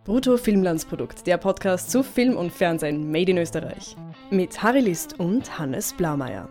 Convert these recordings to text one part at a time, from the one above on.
Brutto Filmlandsprodukt, der Podcast zu Film und Fernsehen made in Österreich. Mit Harry List und Hannes Blaumeier.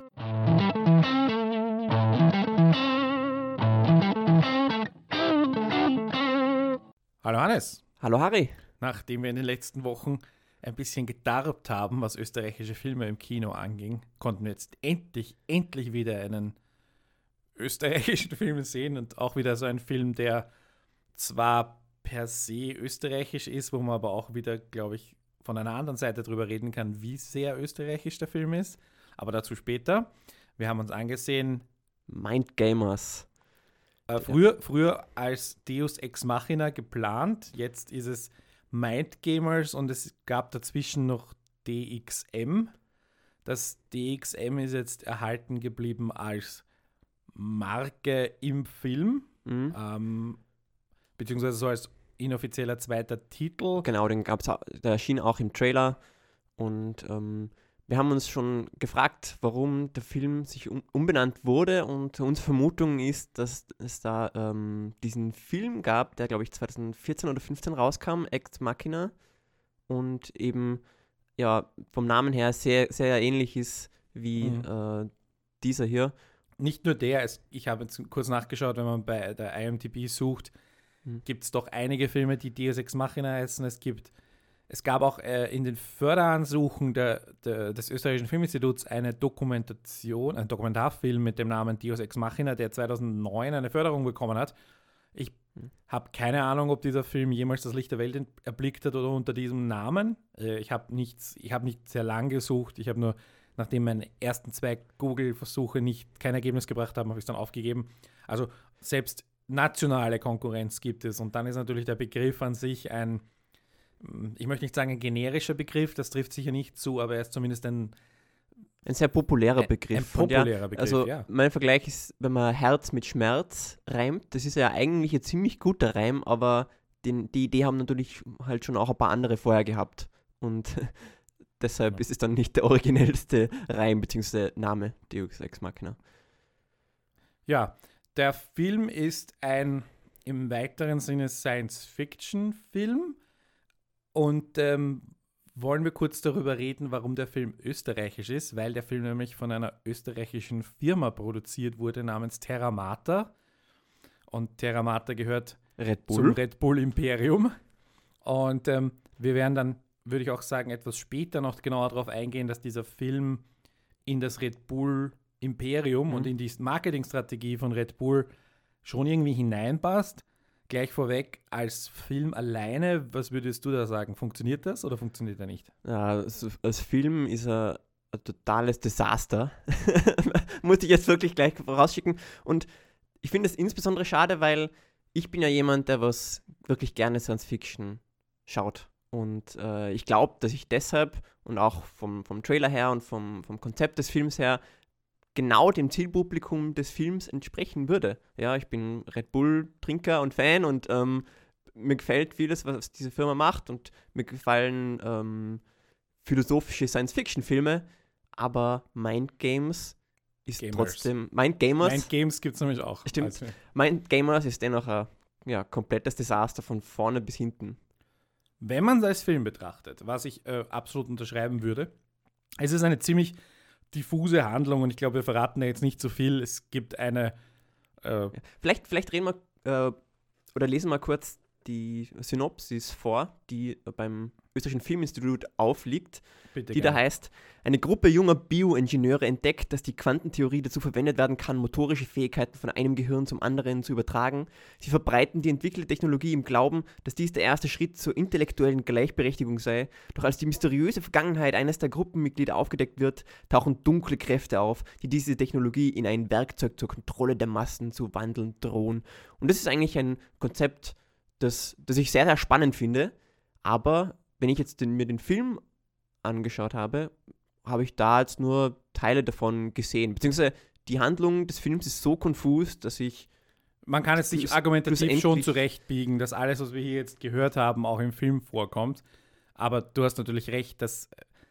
Hallo Hannes. Hallo Harry. Nachdem wir in den letzten Wochen ein bisschen gedarbt haben, was österreichische Filme im Kino anging, konnten wir jetzt endlich wieder einen österreichischen Film sehen und auch wieder so einen Film, der zwar per se österreichisch ist, wo man aber auch wieder, glaube ich, von einer anderen Seite drüber reden kann, wie sehr österreichisch der Film ist. Aber dazu später. Wir haben uns angesehen Mindgamers. Früher als Deus Ex Machina geplant, jetzt ist es Mindgamers und es gab dazwischen noch DXM. Das DXM ist jetzt erhalten geblieben als Marke im Film, beziehungsweise so als inoffizieller zweiter Titel. Genau, der erschien auch im Trailer und wir haben uns schon gefragt, warum der Film sich umbenannt wurde, und unsere Vermutung ist, dass es da diesen Film gab, der glaube ich 2014 oder 2015 rauskam, Ex Machina, und eben ja vom Namen her sehr, sehr ähnlich ist wie dieser hier. Nicht nur der, ich habe jetzt kurz nachgeschaut, wenn man bei der IMDb sucht, gibt es doch einige Filme, die Deus Ex Machina heißen. Es gab auch in den Förderansuchen des österreichischen Filminstituts einen Dokumentarfilm mit dem Namen Deus Ex Machina, der 2009 eine Förderung bekommen hat. Ich habe keine Ahnung, ob dieser Film jemals das Licht der Welt erblickt hat oder unter diesem Namen. Ich habe nicht sehr lang gesucht. Ich habe nur, nachdem meine ersten 2 Google-Versuche kein Ergebnis gebracht haben, habe ich es dann aufgegeben. Also selbst nationale Konkurrenz gibt es. Und dann ist natürlich der Begriff an sich ich möchte nicht sagen ein generischer Begriff, das trifft sicher nicht zu, aber er ist zumindest ein sehr populärer Begriff. Ein populärer Begriff, also ja. Mein Vergleich ist, wenn man Herz mit Schmerz reimt, das ist ja eigentlich ein ziemlich guter Reim, aber die Idee haben natürlich halt schon auch ein paar andere vorher gehabt. Und deshalb ist es dann nicht der originellste Reim bzw. Name, Deus Ex Machina. Ja, der Film ist ein im weiteren Sinne Science-Fiction-Film. Und wollen wir kurz darüber reden, warum der Film österreichisch ist, weil der Film nämlich von einer österreichischen Firma produziert wurde namens Terramata. Und Terramata gehört zum Red Bull Imperium. Und wir werden dann, würde ich auch sagen, etwas später noch genauer darauf eingehen, dass dieser Film in das Red Bull Imperium und in die Marketingstrategie von Red Bull schon irgendwie hineinpasst. Gleich vorweg, als Film alleine, was würdest du da sagen? Funktioniert das oder funktioniert er nicht? Ja, als Film ist er ein totales Desaster. Muss ich jetzt wirklich gleich vorausschicken. Und ich finde es insbesondere schade, weil ich bin ja jemand, der was wirklich gerne Science-Fiction schaut. Und ich glaube, dass ich deshalb und auch vom Trailer her und vom Konzept des Films her genau dem Zielpublikum des Films entsprechen würde. Ja, ich bin Red Bull-Trinker und Fan und mir gefällt vieles, was diese Firma macht, und mir gefallen philosophische Science-Fiction-Filme, aber Mindgames ist trotzdem... Mindgames gibt es nämlich auch. Stimmt. Mindgamers ist dennoch ein komplettes Desaster von vorne bis hinten. Wenn man es als Film betrachtet, was ich absolut unterschreiben würde, es ist eine ziemlich diffuse Handlung, und ich glaube, wir verraten da jetzt nicht so viel. Es gibt eine... Vielleicht reden wir oder lesen wir kurz die Synopsis vor, die beim österreichischen Filminstitut aufliegt, Bitte die gerne. da heißt: Eine Gruppe junger Bioingenieure entdeckt, dass die Quantentheorie dazu verwendet werden kann, motorische Fähigkeiten von einem Gehirn zum anderen zu übertragen. Sie verbreiten die entwickelte Technologie im Glauben, dass dies der erste Schritt zur intellektuellen Gleichberechtigung sei. Doch als die mysteriöse Vergangenheit eines der Gruppenmitglieder aufgedeckt wird, tauchen dunkle Kräfte auf, die diese Technologie in ein Werkzeug zur Kontrolle der Massen zu wandeln drohen. Und das ist eigentlich ein Konzept, das ich sehr, sehr spannend finde, aber wenn ich jetzt mir den Film angeschaut habe, habe ich da jetzt nur Teile davon gesehen. Beziehungsweise die Handlung des Films ist so konfus, dass ich... Man kann es sich argumentativ schon zurechtbiegen, dass alles, was wir hier jetzt gehört haben, auch im Film vorkommt. Aber du hast natürlich recht, dass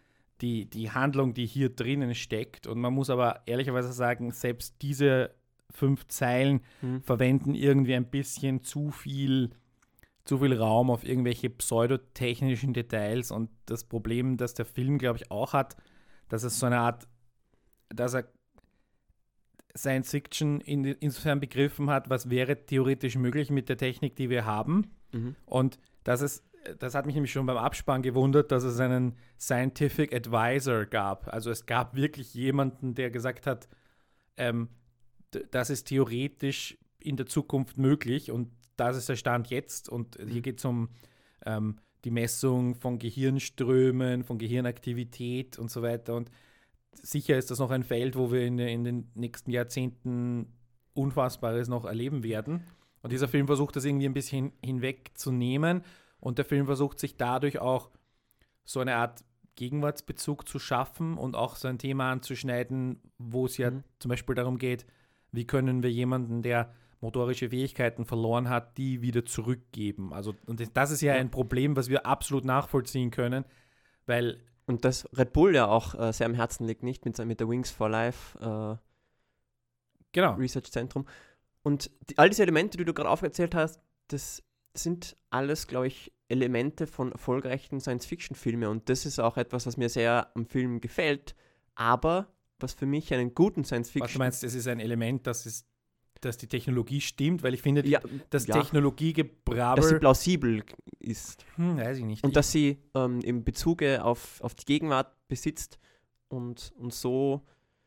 die Handlung, die hier drinnen steckt, und man muss aber ehrlicherweise sagen, selbst diese 5 Zeilen verwenden irgendwie ein bisschen zu viel zu viel Raum auf irgendwelche pseudotechnischen Details und das Problem, das der Film, glaube ich, auch hat, dass es so eine Art, dass er Science Fiction insofern begriffen hat, was wäre theoretisch möglich mit der Technik, die wir haben. Und das hat mich nämlich schon beim Abspann gewundert, dass es einen Scientific Advisor gab. Also es gab wirklich jemanden, der gesagt hat, das ist theoretisch in der Zukunft möglich und das ist der Stand jetzt. Und hier geht es um die Messung von Gehirnströmen, von Gehirnaktivität und so weiter. Und sicher ist das noch ein Feld, wo wir in den nächsten Jahrzehnten Unfassbares noch erleben werden. Und dieser Film versucht das irgendwie ein bisschen hinwegzunehmen. Und der Film versucht sich dadurch auch so eine Art Gegenwartsbezug zu schaffen und auch so ein Thema anzuschneiden, wo es ja zum Beispiel darum geht, wie können wir jemanden, der motorische Fähigkeiten verloren hat, die wieder zurückgeben. Also, und das ist ja ein Problem, was wir absolut nachvollziehen können, weil und das Red Bull ja auch sehr am Herzen liegt, nicht? Mit der Wings for Life Research Zentrum. Und all diese Elemente, die du gerade aufgezählt hast, das sind alles, glaube ich, Elemente von erfolgreichen Science-Fiction-Filmen. Und das ist auch etwas, was mir sehr am Film gefällt. Aber was für mich einen guten Science-Fiction... Was du meinst, es ist ein Element, dass die Technologie stimmt? Weil ich finde, dass Technologiegebrabbel... Dass sie plausibel ist. Weiß ich nicht. Und dass sie im Bezuge auf die Gegenwart besitzt und so...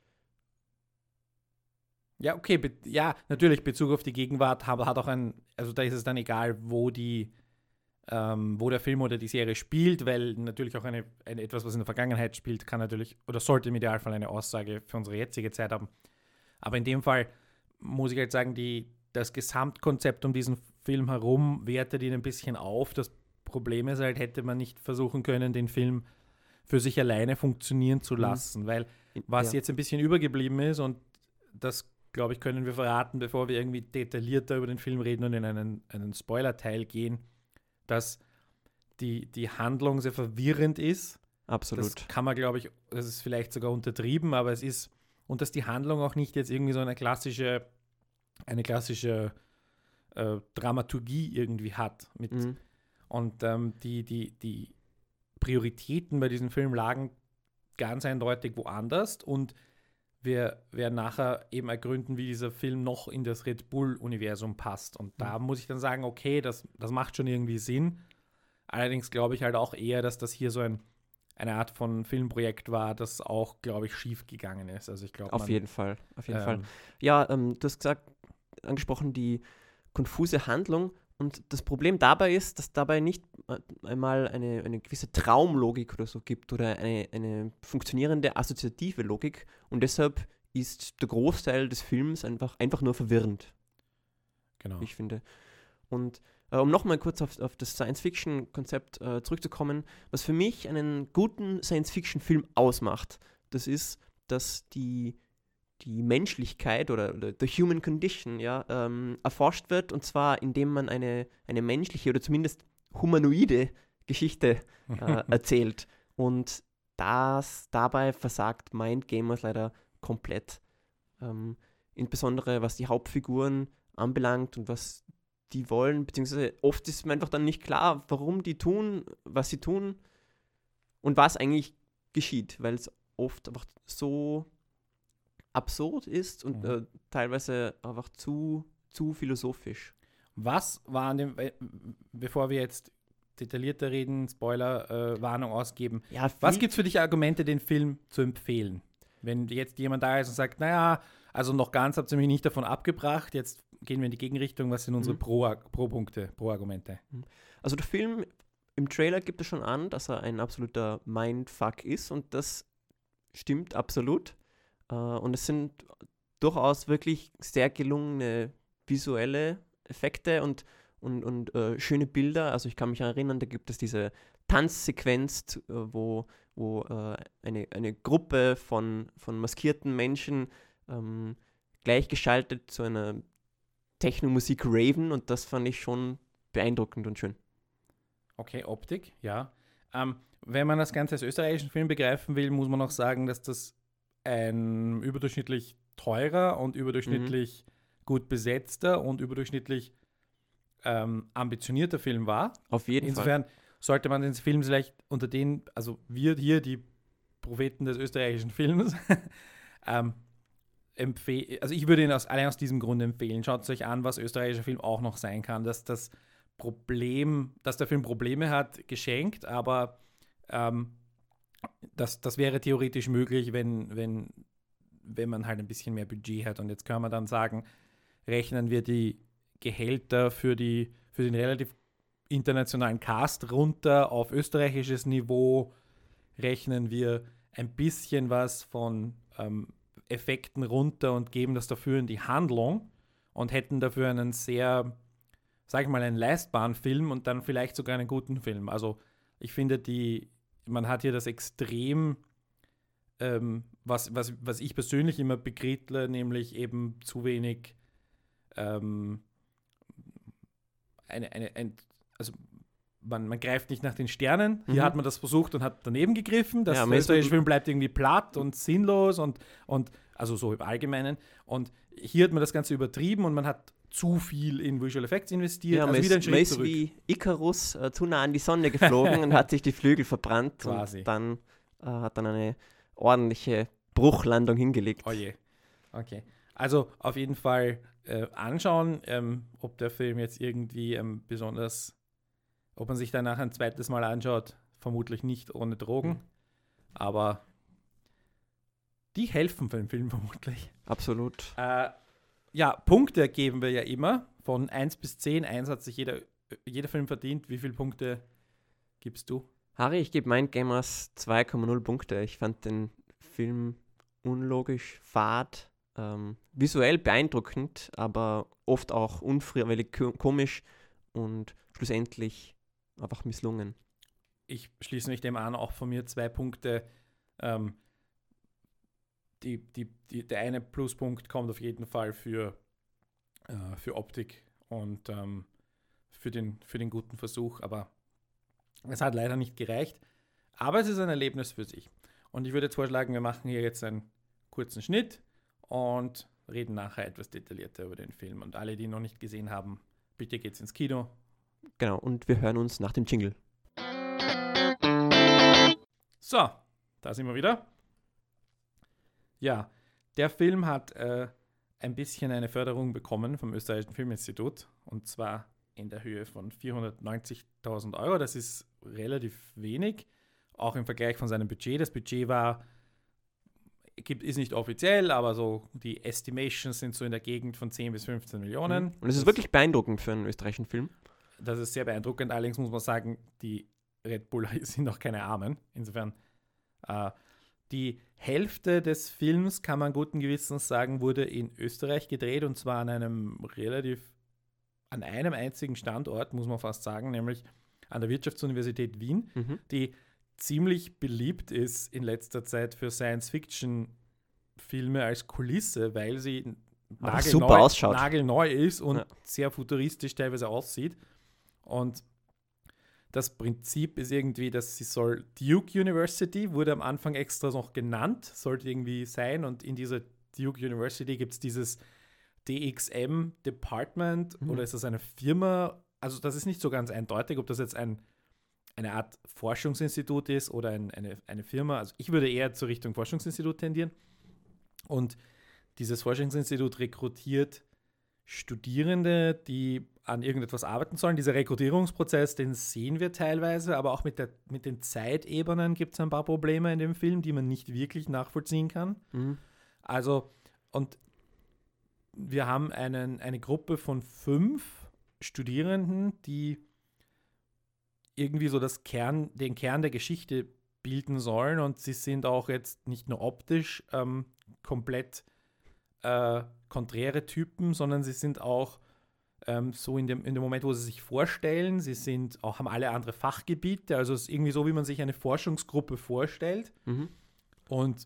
Ja, okay, natürlich, Bezug auf die Gegenwart hat auch also da ist es dann egal, wo der Film oder die Serie spielt, weil natürlich auch etwas, was in der Vergangenheit spielt, kann natürlich oder sollte im Idealfall eine Aussage für unsere jetzige Zeit haben. Aber in dem Fall muss ich halt sagen, das Gesamtkonzept um diesen Film herum wertet ihn ein bisschen auf. Das Problem ist halt, hätte man nicht versuchen können, den Film für sich alleine funktionieren zu lassen, weil was jetzt ein bisschen übergeblieben ist und das, glaube ich, können wir verraten, bevor wir irgendwie detaillierter über den Film reden und in einen Spoiler-Teil gehen, dass die Handlung sehr verwirrend ist. Absolut. Das kann man, glaube ich, das ist vielleicht sogar untertrieben, aber es ist, und dass die Handlung auch nicht jetzt irgendwie so eine klassische Dramaturgie irgendwie hat. Und die Prioritäten bei diesem Film lagen ganz eindeutig woanders und wir werden nachher eben ergründen, wie dieser Film noch in das Red Bull-Universum passt. Und da muss ich dann sagen, okay, das macht schon irgendwie Sinn. Allerdings glaube ich halt auch eher, dass das hier so eine Art von Filmprojekt war, das auch, glaube ich, schief gegangen ist. Also ich glaube, auf jeden Fall. Ja, du hast angesprochen, die konfuse Handlung. Und das Problem dabei ist, dass dabei nicht einmal eine gewisse Traumlogik oder so gibt oder eine funktionierende assoziative Logik. Und deshalb ist der Großteil des Films einfach nur verwirrend. Genau. Ich finde. Und um nochmal kurz auf das Science-Fiction-Konzept zurückzukommen, was für mich einen guten Science-Fiction-Film ausmacht, das ist, dass die Menschlichkeit oder the human condition erforscht wird, und zwar indem man eine menschliche oder zumindest humanoide Geschichte erzählt. Und dabei versagt Mindgamers leider komplett. Insbesondere was die Hauptfiguren anbelangt und was die wollen, beziehungsweise oft ist mir einfach dann nicht klar, warum die tun, was sie tun und was eigentlich geschieht, weil es oft einfach so absurd ist und teilweise einfach zu philosophisch. Was war bevor wir jetzt detaillierter reden, Spoiler-Warnung ausgeben, was gibt es für dich Argumente, den Film zu empfehlen? Wenn jetzt jemand da ist und sagt, naja, also noch ganz habt ihr mich nicht davon abgebracht, jetzt gehen wir in die Gegenrichtung, was sind unsere Pro-Punkte, Pro-Argumente? Also der Film, im Trailer gibt es schon an, dass er ein absoluter Mindfuck ist und das stimmt absolut. Und es sind durchaus wirklich sehr gelungene visuelle Effekte und schöne Bilder. Also ich kann mich erinnern, da gibt es diese Tanzsequenz, wo eine Gruppe von maskierten Menschen gleichgeschaltet zu einer Techno-Musik raven und das fand ich schon beeindruckend und schön. Okay, Optik, ja. Wenn man das Ganze als österreichischen Film begreifen will, muss man auch sagen, dass das ein überdurchschnittlich teurer und überdurchschnittlich gut besetzter und überdurchschnittlich ambitionierter Film war. Auf jeden Fall. Insofern sollte man den Film vielleicht unter den, also wir hier, die Propheten des österreichischen Films, empfehlen. Also ich würde ihn allein aus diesem Grund empfehlen. Schaut es euch an, was österreichischer Film auch noch sein kann. Dass der Film Probleme hat, geschenkt, aber das wäre theoretisch möglich, wenn man halt ein bisschen mehr Budget hat. Und jetzt können wir dann sagen, rechnen wir die Gehälter für den relativ internationalen Cast runter auf österreichisches Niveau, rechnen wir ein bisschen was von Effekten runter und geben das dafür in die Handlung und hätten dafür einen sehr, sag ich mal, einen leistbaren Film und dann vielleicht sogar einen guten Film. Also ich finde, man hat hier das Extrem, was ich persönlich immer begrittle, nämlich eben zu wenig also man greift nicht nach den Sternen. Hier hat man das versucht und hat daneben gegriffen. Der österreichische Film bleibt irgendwie platt und sinnlos und also so im Allgemeinen. Und hier hat man das Ganze übertrieben und man hat zu viel in Visual Effects investiert. Ja, also wieder einen Schritt ist zurück. Wie Icarus zu nah an die Sonne geflogen und hat sich die Flügel verbrannt. Quasi. Und dann hat dann eine ordentliche Bruchlandung hingelegt. Oh je. Okay. Also auf jeden Fall anschauen, ob der Film jetzt irgendwie besonders, ob man sich danach ein zweites Mal anschaut, vermutlich nicht ohne Drogen, aber die helfen für den Film vermutlich. Absolut. Ja, Punkte geben wir ja immer, von 1 bis 10. 1 hat sich jeder Film verdient. Wie viele Punkte gibst du? Harry, ich gebe Mindgamers 2,0 Punkte. Ich fand den Film unlogisch, fad, visuell beeindruckend, aber oft auch unfreiwillig komisch und schlussendlich einfach misslungen. Ich schließe mich dem an, auch von mir 2 Punkte. Der eine Pluspunkt kommt auf jeden Fall für Optik und für den guten Versuch, aber es hat leider nicht gereicht. Aber es ist ein Erlebnis für sich. Und ich würde jetzt vorschlagen, wir machen hier jetzt einen kurzen Schnitt und reden nachher etwas detaillierter über den Film. Und alle, die ihn noch nicht gesehen haben, bitte geht's ins Kino. Genau, und wir hören uns nach dem Jingle. So, da sind wir wieder. Ja, der Film hat ein bisschen eine Förderung bekommen vom Österreichischen Filminstitut und zwar in der Höhe von 490.000 Euro. Das ist relativ wenig, auch im Vergleich von seinem Budget. Das Budget ist nicht offiziell, aber so die Estimations sind so in der Gegend von 10 bis 15 Millionen. Und es ist wirklich beeindruckend für einen österreichischen Film. Das ist sehr beeindruckend. Allerdings muss man sagen, die Red Bull sind noch keine Armen. Insofern die Hälfte des Films, kann man guten Gewissens sagen, wurde in Österreich gedreht und zwar an einem einzigen Standort, muss man fast sagen, nämlich an der Wirtschaftsuniversität Wien, die ziemlich beliebt ist in letzter Zeit für Science-Fiction-Filme als Kulisse, weil sie nagelneu ist und sehr futuristisch teilweise aussieht. Und das Prinzip ist irgendwie, dass Duke University wurde am Anfang extra noch genannt, sollte irgendwie sein. Und in dieser Duke University gibt es dieses DXM Department oder ist das eine Firma? Also das ist nicht so ganz eindeutig, ob das jetzt eine Art Forschungsinstitut ist oder eine Firma. Also ich würde eher zur Richtung Forschungsinstitut tendieren. Und dieses Forschungsinstitut rekrutiert Studierende, die an irgendetwas arbeiten sollen. Dieser Rekrutierungsprozess, den sehen wir teilweise, aber auch mit den Zeitebenen gibt es ein paar Probleme in dem Film, die man nicht wirklich nachvollziehen kann. Also, und wir haben eine Gruppe von 5 Studierenden, die irgendwie so den Kern der Geschichte bilden sollen und sie sind auch jetzt nicht nur optisch komplett konträre Typen, sondern sie sind auch so in dem Moment, wo sie sich vorstellen, haben alle andere Fachgebiete, also es ist irgendwie so, wie man sich eine Forschungsgruppe vorstellt. Und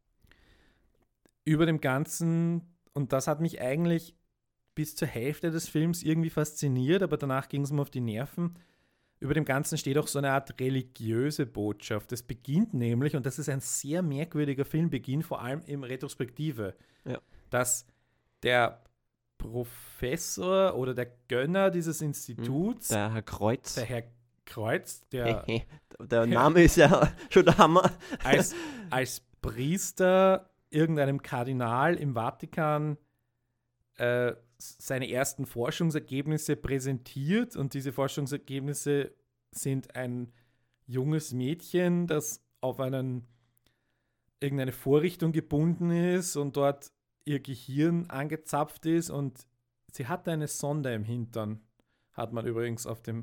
über dem Ganzen, und das hat mich eigentlich bis zur Hälfte des Films irgendwie fasziniert, aber danach ging es mir auf die Nerven. Über dem Ganzen steht auch so eine Art religiöse Botschaft. Es beginnt nämlich, und das ist ein sehr merkwürdiger Filmbeginn, vor allem im Retrospektive, dass der Professor oder der Gönner dieses Instituts, Der Herr Kreuz. der Herr Kreuz, der Der Name ist ja schon der Hammer. als Priester irgendeinem Kardinal im Vatikan seine ersten Forschungsergebnisse präsentiert, und diese Forschungsergebnisse sind ein junges Mädchen, das auf irgendeine Vorrichtung gebunden ist und dort ihr Gehirn angezapft ist, und sie hat eine Sonde im Hintern, hat man übrigens auf den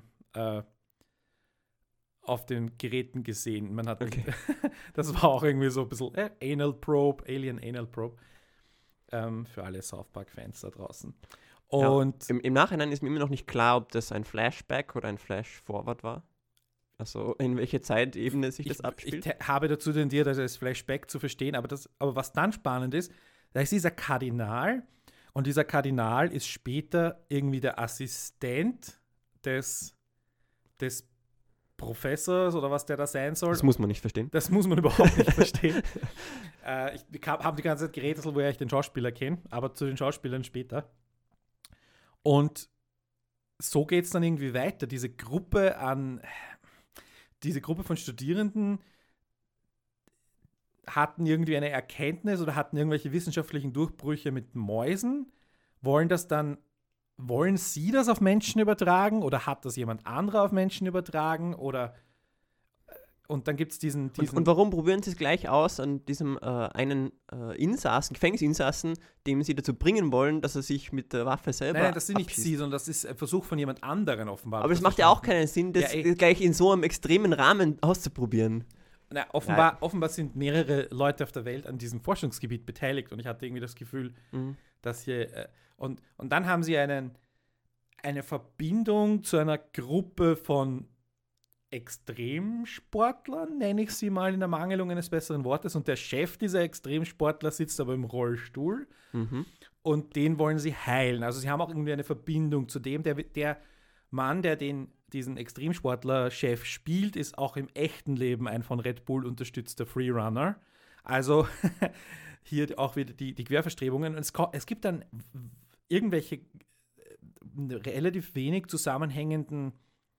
Geräten gesehen. Man hat das war auch irgendwie so ein bisschen Alien Anal Probe, für alle South Park-Fans da draußen. Und im Nachhinein ist mir immer noch nicht klar, ob das ein Flashback oder ein Flash-Forward war. Also in welche Zeitebene sich das abspielt. Ich habe dazu tendiert, also das Flashback zu verstehen, aber was dann spannend ist, da ist dieser Kardinal, und dieser Kardinal ist später irgendwie der Assistent des Professors oder was der da sein soll. Das muss man nicht verstehen. Das muss man überhaupt nicht verstehen. Ich habe die ganze Zeit geredet, woher ich den Schauspieler kenne, aber zu den Schauspielern später. Und so geht es dann irgendwie weiter. Diese Gruppe von Studierenden hatten irgendwie eine Erkenntnis oder hatten irgendwelche wissenschaftlichen Durchbrüche mit Mäusen, wollen sie das auf Menschen übertragen oder hat das jemand anderer auf Menschen übertragen und dann gibt es diesen Und warum probieren sie es gleich aus an diesem einen Gefängnisinsassen, dem sie dazu bringen wollen, dass er sich mit der Waffe selber Nein, das sind nicht abschießt. sie, sondern das ist ein Versuch von jemand anderen offenbar. Aber es macht ja auch keinen Sinn, das gleich in so einem extremen Rahmen auszuprobieren. Na, offenbar sind mehrere Leute auf der Welt an diesem Forschungsgebiet beteiligt, und ich hatte irgendwie das Gefühl, dass hier und dann haben sie eine Verbindung zu einer Gruppe von Extremsportlern, nenne ich sie mal in der Mangelung eines besseren Wortes, und der Chef dieser Extremsportler sitzt aber im Rollstuhl, und den wollen sie heilen. Also sie haben auch irgendwie eine Verbindung zu dem, der Mann, der diesen Extremsportler-Chef spielt, ist auch im echten Leben ein von Red Bull unterstützter Freerunner. Also hier auch wieder die Querverstrebungen. Und es gibt dann irgendwelche relativ wenig zusammenhängenden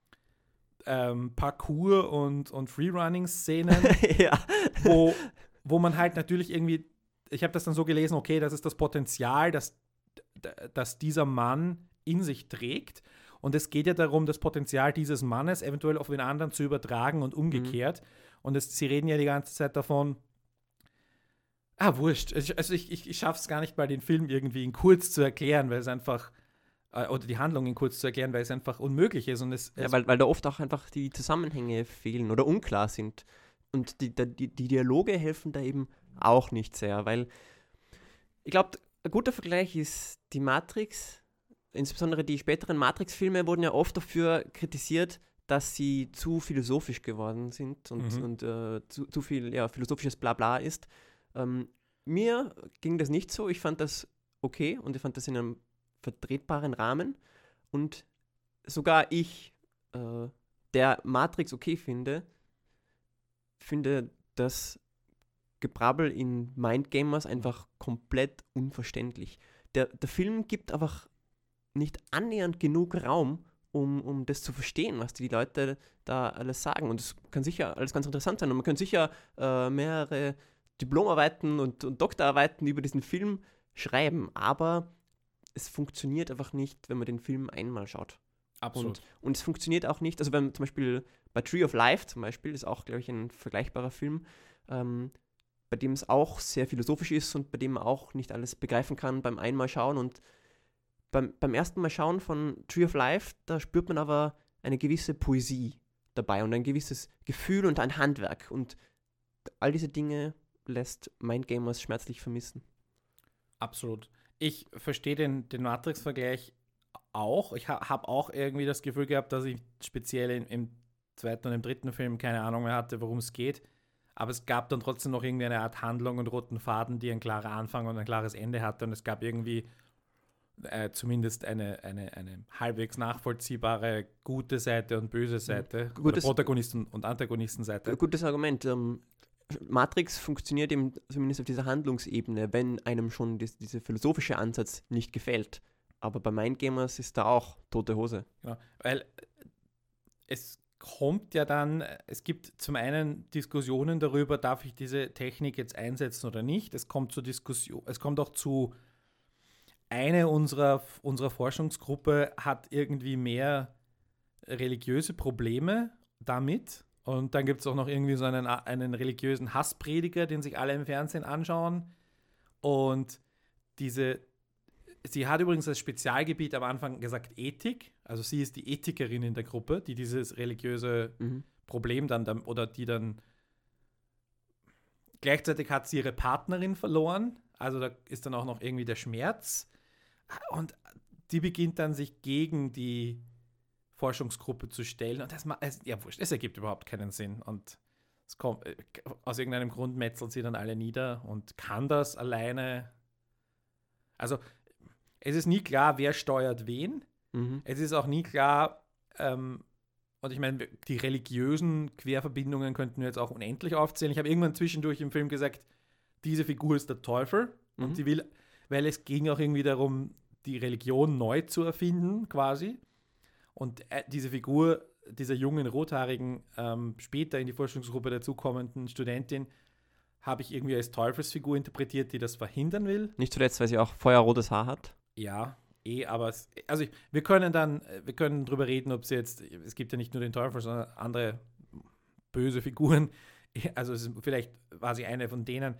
Parkour- und Freerunning-Szenen, Ja. wo man halt natürlich irgendwie, ich habe das dann so gelesen, okay, das ist das Potenzial, das dieser Mann in sich trägt. Und es geht ja darum, das Potenzial dieses Mannes eventuell auf den anderen zu übertragen und umgekehrt. Und sie reden ja die ganze Zeit davon, wurscht. Also ich schaffe es gar nicht mal, den Film irgendwie in kurz zu erklären, weil es einfach, oder die Handlung in kurz zu erklären, weil es einfach unmöglich ist. Und weil da oft auch einfach die Zusammenhänge fehlen oder unklar sind. Und die Dialoge helfen da eben auch nicht sehr, weil ich glaube, ein guter Vergleich ist die Matrix. Insbesondere die späteren Matrix-Filme wurden ja oft dafür kritisiert, dass sie zu philosophisch geworden sind und zu viel philosophisches Blabla ist. Mir ging das nicht so. Ich fand das okay und ich fand das in einem vertretbaren Rahmen. Und sogar ich, der Matrix okay finde das Gebrabbel in Mindgamers einfach komplett unverständlich. Der Film gibt einfach nicht annähernd genug Raum, um das zu verstehen, was die Leute da alles sagen. Und es kann sicher alles ganz interessant sein. Und man kann sicher mehrere Diplomarbeiten und Doktorarbeiten über diesen Film schreiben. Aber es funktioniert einfach nicht, wenn man den Film einmal schaut. Absolut. Und es funktioniert auch nicht, also wenn zum Beispiel bei Tree of Life zum Beispiel, ist auch, glaube ich, ein vergleichbarer Film, bei dem es auch sehr philosophisch ist und bei dem man auch nicht alles begreifen kann beim einmal schauen. Und beim ersten Mal schauen von Tree of Life, da spürt man aber eine gewisse Poesie dabei und ein gewisses Gefühl und ein Handwerk. Und all diese Dinge lässt Mindgamers schmerzlich vermissen. Absolut. Ich verstehe den Matrix-Vergleich auch. Ich habe auch irgendwie das Gefühl gehabt, dass ich speziell im zweiten und im dritten Film keine Ahnung mehr hatte, worum es geht. Aber es gab dann trotzdem noch irgendwie eine Art Handlung und roten Faden, die ein klarer Anfang und ein klares Ende hatte. Und es gab irgendwie zumindest eine halbwegs nachvollziehbare gute Seite und böse Seite. Oder Protagonisten- und Antagonistenseite. Gutes Argument. Matrix funktioniert eben zumindest auf dieser Handlungsebene, wenn einem schon dieser philosophische Ansatz nicht gefällt. Aber bei Mindgamers ist da auch tote Hose. Genau, weil es kommt ja dann, es gibt zum einen Diskussionen darüber, darf ich diese Technik jetzt einsetzen oder nicht. Es kommt zur Diskussion, es kommt auch zu, eine unserer Forschungsgruppe hat irgendwie mehr religiöse Probleme damit. Und dann gibt es auch noch irgendwie so einen religiösen Hassprediger, den sich alle im Fernsehen anschauen. Und sie hat übrigens als Spezialgebiet am Anfang gesagt Ethik. Also sie ist die Ethikerin in der Gruppe, die dieses religiöse Problem dann oder die dann gleichzeitig hat sie ihre Partnerin verloren. Also da ist dann auch noch irgendwie der Schmerz. Und die beginnt dann sich gegen die Forschungsgruppe zu stellen. Und es ergibt überhaupt keinen Sinn. Und es kommt, aus irgendeinem Grund metzelt sie dann alle nieder und kann das alleine. Also es ist nie klar, wer steuert wen. Es ist auch nie klar, und ich meine, die religiösen Querverbindungen könnten wir jetzt auch unendlich aufzählen. Ich habe irgendwann zwischendurch im Film gesagt, diese Figur ist der Teufel und sie will, weil es ging auch irgendwie darum, die Religion neu zu erfinden, quasi. Und diese Figur, dieser jungen, rothaarigen, später in die Forschungsgruppe dazukommenden Studentin, habe ich irgendwie als Teufelsfigur interpretiert, die das verhindern will. Nicht zuletzt, weil sie auch feuerrotes Haar hat. Ja, aber wir können drüber reden, ob es gibt ja nicht nur den Teufel, sondern andere böse Figuren. Also vielleicht war sie eine von denen.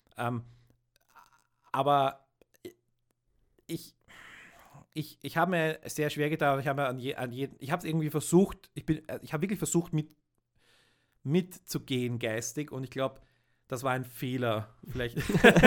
Aber ich habe mir sehr schwer getan. Ich habe es irgendwie versucht. Ich habe wirklich versucht mitzugehen geistig und ich glaube, das war ein Fehler. Vielleicht.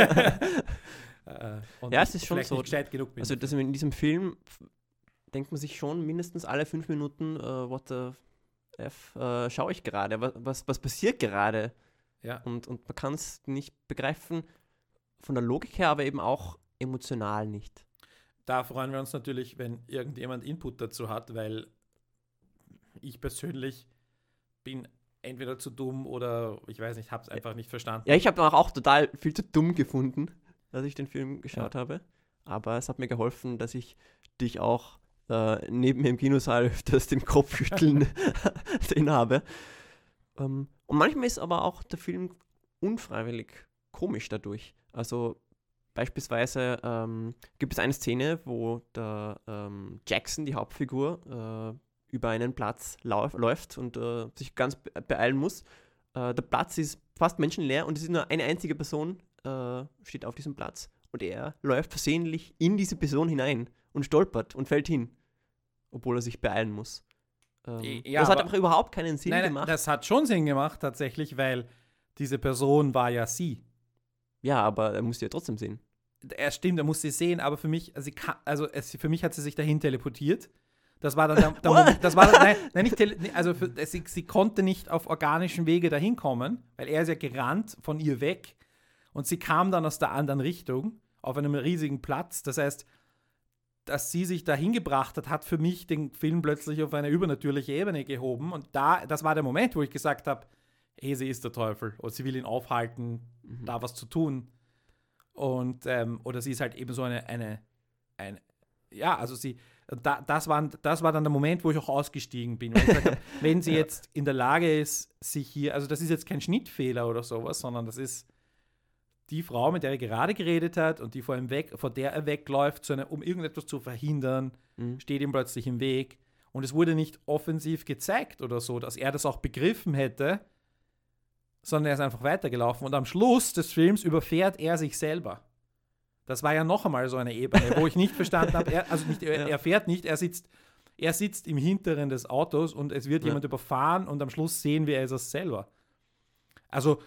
Ja, es ist schon so. Nicht gescheit genug bin. Also dass in diesem Film denkt man sich schon mindestens alle 5 Minuten, what the F, schaue ich gerade, was passiert gerade? Ja. Und man kann es nicht begreifen von der Logik her, aber eben auch emotional nicht. Da freuen wir uns natürlich, wenn irgendjemand Input dazu hat, weil ich persönlich bin entweder zu dumm oder ich weiß nicht, habe es einfach nicht verstanden. Ja, ich habe auch total viel zu dumm gefunden, als ich den Film geschaut habe. Aber es hat mir geholfen, dass ich dich auch neben mir im Kinosaal öfters den Kopfschütteln drin habe. Und manchmal ist aber auch der Film unfreiwillig komisch dadurch. Also beispielsweise gibt es eine Szene, wo der Jackson, die Hauptfigur, über einen Platz läuft und sich ganz beeilen muss. Der Platz ist fast menschenleer und es ist nur eine einzige Person, steht auf diesem Platz. Und er läuft versehentlich in diese Person hinein und stolpert und fällt hin, obwohl er sich beeilen muss. Das hat einfach überhaupt keinen Sinn gemacht. Das hat schon Sinn gemacht tatsächlich, weil diese Person war ja sie. Ja, aber er muss sie ja trotzdem sehen. Stimmt, er muss sie sehen, aber für mich, für mich hat sie sich dahin teleportiert. Das war dann der Moment. Das war sie konnte nicht auf organischem Wege dahin kommen, weil er ist ja gerannt von ihr weg und sie kam dann aus der anderen Richtung auf einem riesigen Platz. Das heißt, dass sie sich dahin gebracht hat für mich den Film plötzlich auf eine übernatürliche Ebene gehoben und das war der Moment, wo ich gesagt habe, hey, sie ist der Teufel und sie will ihn aufhalten, da was zu tun. Und oder sie ist halt eben so das war dann der Moment, wo ich auch ausgestiegen bin. Weil ich gesagt habe, wenn sie jetzt in der Lage ist, sich hier, also das ist jetzt kein Schnittfehler oder sowas, sondern das ist die Frau, mit der er gerade geredet hat und die vor der er wegläuft, um irgendetwas zu verhindern, steht ihm plötzlich im Weg. Und es wurde nicht offensiv gezeigt oder so, dass er das auch begriffen hätte, sondern er ist einfach weitergelaufen. Und am Schluss des Films überfährt er sich selber. Das war ja noch einmal so eine Ebene, wo ich nicht verstanden habe, er fährt nicht, er sitzt im Hinteren des Autos und es wird jemand überfahren und am Schluss sehen wir, er ist es selber. Also,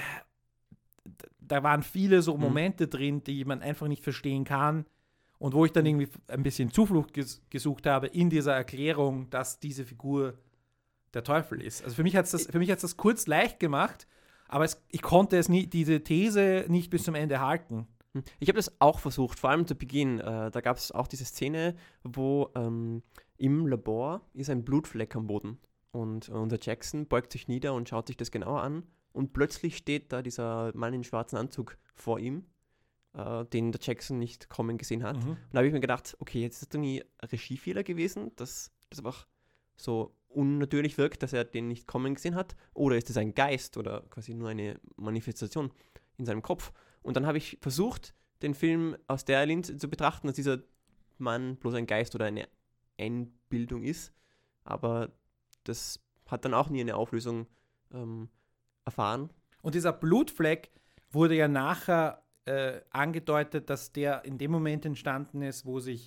da waren viele so Momente drin, die man einfach nicht verstehen kann und wo ich dann irgendwie ein bisschen Zuflucht gesucht habe in dieser Erklärung, dass diese Figur der Teufel ist. Also für mich hat es das kurz leicht gemacht, aber ich konnte diese These nicht bis zum Ende halten. Ich habe das auch versucht, vor allem zu Beginn. Da gab es auch diese Szene, wo im Labor ist ein Blutfleck am Boden. Und unser Jackson beugt sich nieder und schaut sich das genauer an. Und plötzlich steht da dieser Mann in schwarzen Anzug vor ihm. den der Jackson nicht kommen gesehen hat. Mhm. Und da habe ich mir gedacht, okay, jetzt ist das irgendwie ein Regiefehler gewesen, dass das einfach so unnatürlich wirkt, dass er den nicht kommen gesehen hat. Oder ist es ein Geist oder quasi nur eine Manifestation in seinem Kopf? Und dann habe ich versucht, den Film aus der Linse zu betrachten, dass dieser Mann bloß ein Geist oder eine Einbildung ist. Aber das hat dann auch nie eine Auflösung erfahren. Und dieser Blutfleck wurde ja nachher angedeutet, dass der in dem Moment entstanden ist, wo sich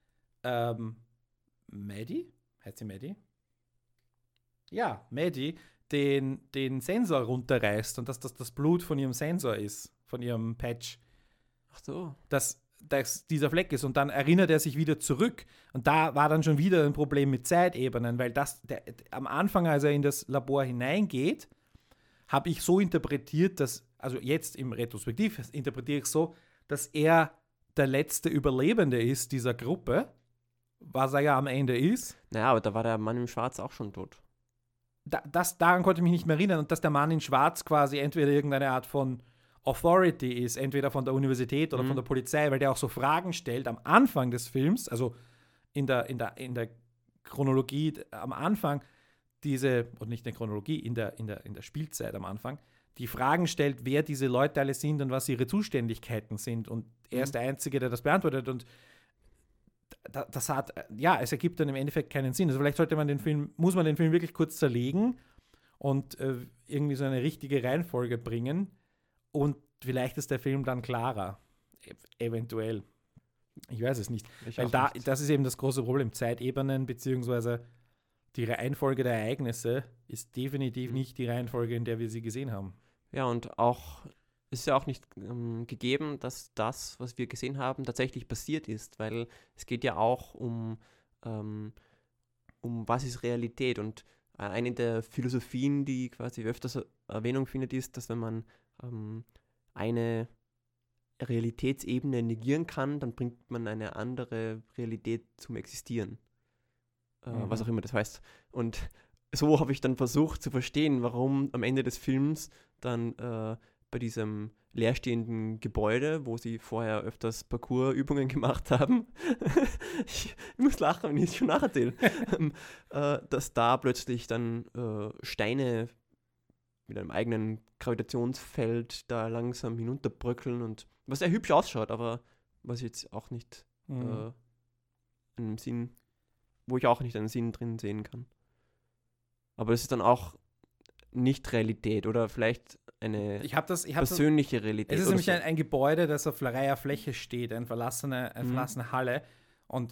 Maddie, heißt sie Maddie? Ja, Maddie den Sensor runterreißt und dass das das Blut von ihrem Sensor ist, von ihrem Patch. Ach so. Dass dieser Fleck ist. Und dann erinnert er sich wieder zurück. Und da war dann schon wieder ein Problem mit Zeitebenen, weil am Anfang, als er in das Labor hineingeht, habe ich so interpretiert, dass, also jetzt im Retrospektiv interpretiere ich so, dass er der letzte Überlebende ist dieser Gruppe, was er ja am Ende ist. Naja, aber da war der Mann im Schwarz auch schon tot. Daran konnte ich mich nicht mehr erinnern. Und dass der Mann in Schwarz quasi entweder irgendeine Art von Authority ist, entweder von der Universität oder von der Polizei, weil der auch so Fragen stellt am Anfang des Films, also in der Chronologie am Anfang, und nicht in der Chronologie, in der Spielzeit am Anfang, die Fragen stellt, wer diese Leute alle sind und was ihre Zuständigkeiten sind. Und er ist der Einzige, der das beantwortet. Und das es ergibt dann im Endeffekt keinen Sinn. Also vielleicht muss man den Film wirklich kurz zerlegen und irgendwie so eine richtige Reihenfolge bringen. Und vielleicht ist der Film dann klarer. Eventuell. Ich weiß es nicht. Das ist eben das große Problem. Zeitebenen beziehungsweise die Reihenfolge der Ereignisse ist definitiv nicht die Reihenfolge, in der wir sie gesehen haben. Ja, und auch ist ja auch nicht gegeben, dass das, was wir gesehen haben, tatsächlich passiert ist, weil es geht ja auch um was ist Realität. Und eine der Philosophien, die quasi öfters Erwähnung findet, ist, dass wenn man eine Realitätsebene negieren kann, dann bringt man eine andere Realität zum Existieren. Was auch immer das heißt. Und so habe ich dann versucht zu verstehen, warum am Ende des Films dann bei diesem leerstehenden Gebäude, wo sie vorher öfters Parkour-Übungen gemacht haben, ich muss lachen, wenn ich es schon nacherzähle, dass da plötzlich dann Steine mit einem eigenen Gravitationsfeld da langsam hinunterbröckeln und was sehr hübsch ausschaut, aber was jetzt auch nicht einen Sinn, wo ich auch nicht einen Sinn drin sehen kann. Aber das ist dann auch nicht Realität oder vielleicht eine persönliche Realität. Es ist nämlich ein Gebäude, das auf freier Fläche steht, eine verlassene Halle. Und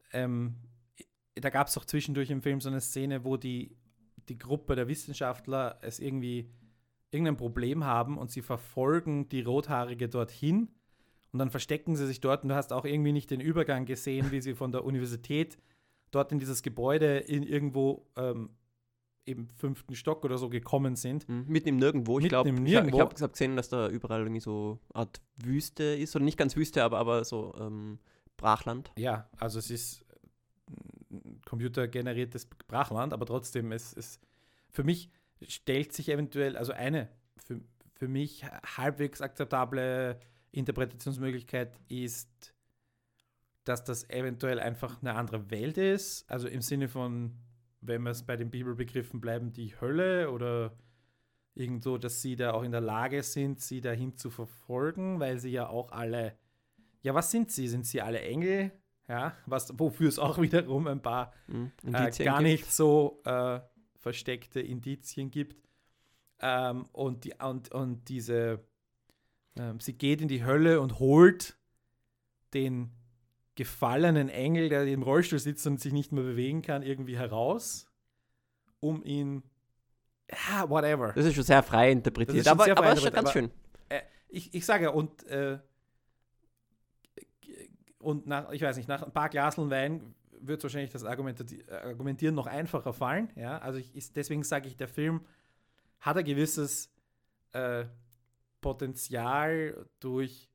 da gab es doch zwischendurch im Film so eine Szene, wo die Gruppe der Wissenschaftler irgendein Problem haben und sie verfolgen die Rothaarige dorthin und dann verstecken sie sich dort und du hast auch irgendwie nicht den Übergang gesehen, wie sie von der Universität dort in dieses Gebäude irgendwo im 5. Stock oder so gekommen sind. Mitten im Nirgendwo. Ich glaube, ich habe gesehen, dass da überall irgendwie so eine Art Wüste ist. Oder nicht ganz Wüste, aber so Brachland. Ja, also es ist computergeneriertes Brachland, aber trotzdem, für mich stellt sich eventuell, also eine für mich halbwegs akzeptable Interpretationsmöglichkeit ist, dass das eventuell einfach eine andere Welt ist, also im Sinne von, wenn wir es bei den Bibelbegriffen bleiben, die Hölle oder irgendwo, dass sie da auch in der Lage sind, sie dahin zu verfolgen, weil sie ja auch alle, ja, was sind sie? Sind sie alle Engel? Ja, wofür es auch wiederum ein paar gar nicht so versteckte Indizien gibt. Sie geht in die Hölle und holt den gefallenen Engel, der im Rollstuhl sitzt und sich nicht mehr bewegen kann, irgendwie heraus, um ihn, whatever. Das ist schon sehr frei interpretiert, aber das ist schon ganz schön. Ich sage ja, und ich weiß nicht, nach ein paar Glaseln Wein wird wahrscheinlich das Argumentieren noch einfacher fallen. Ja? Also deswegen sage ich, der Film hat ein gewisses Potenzial durch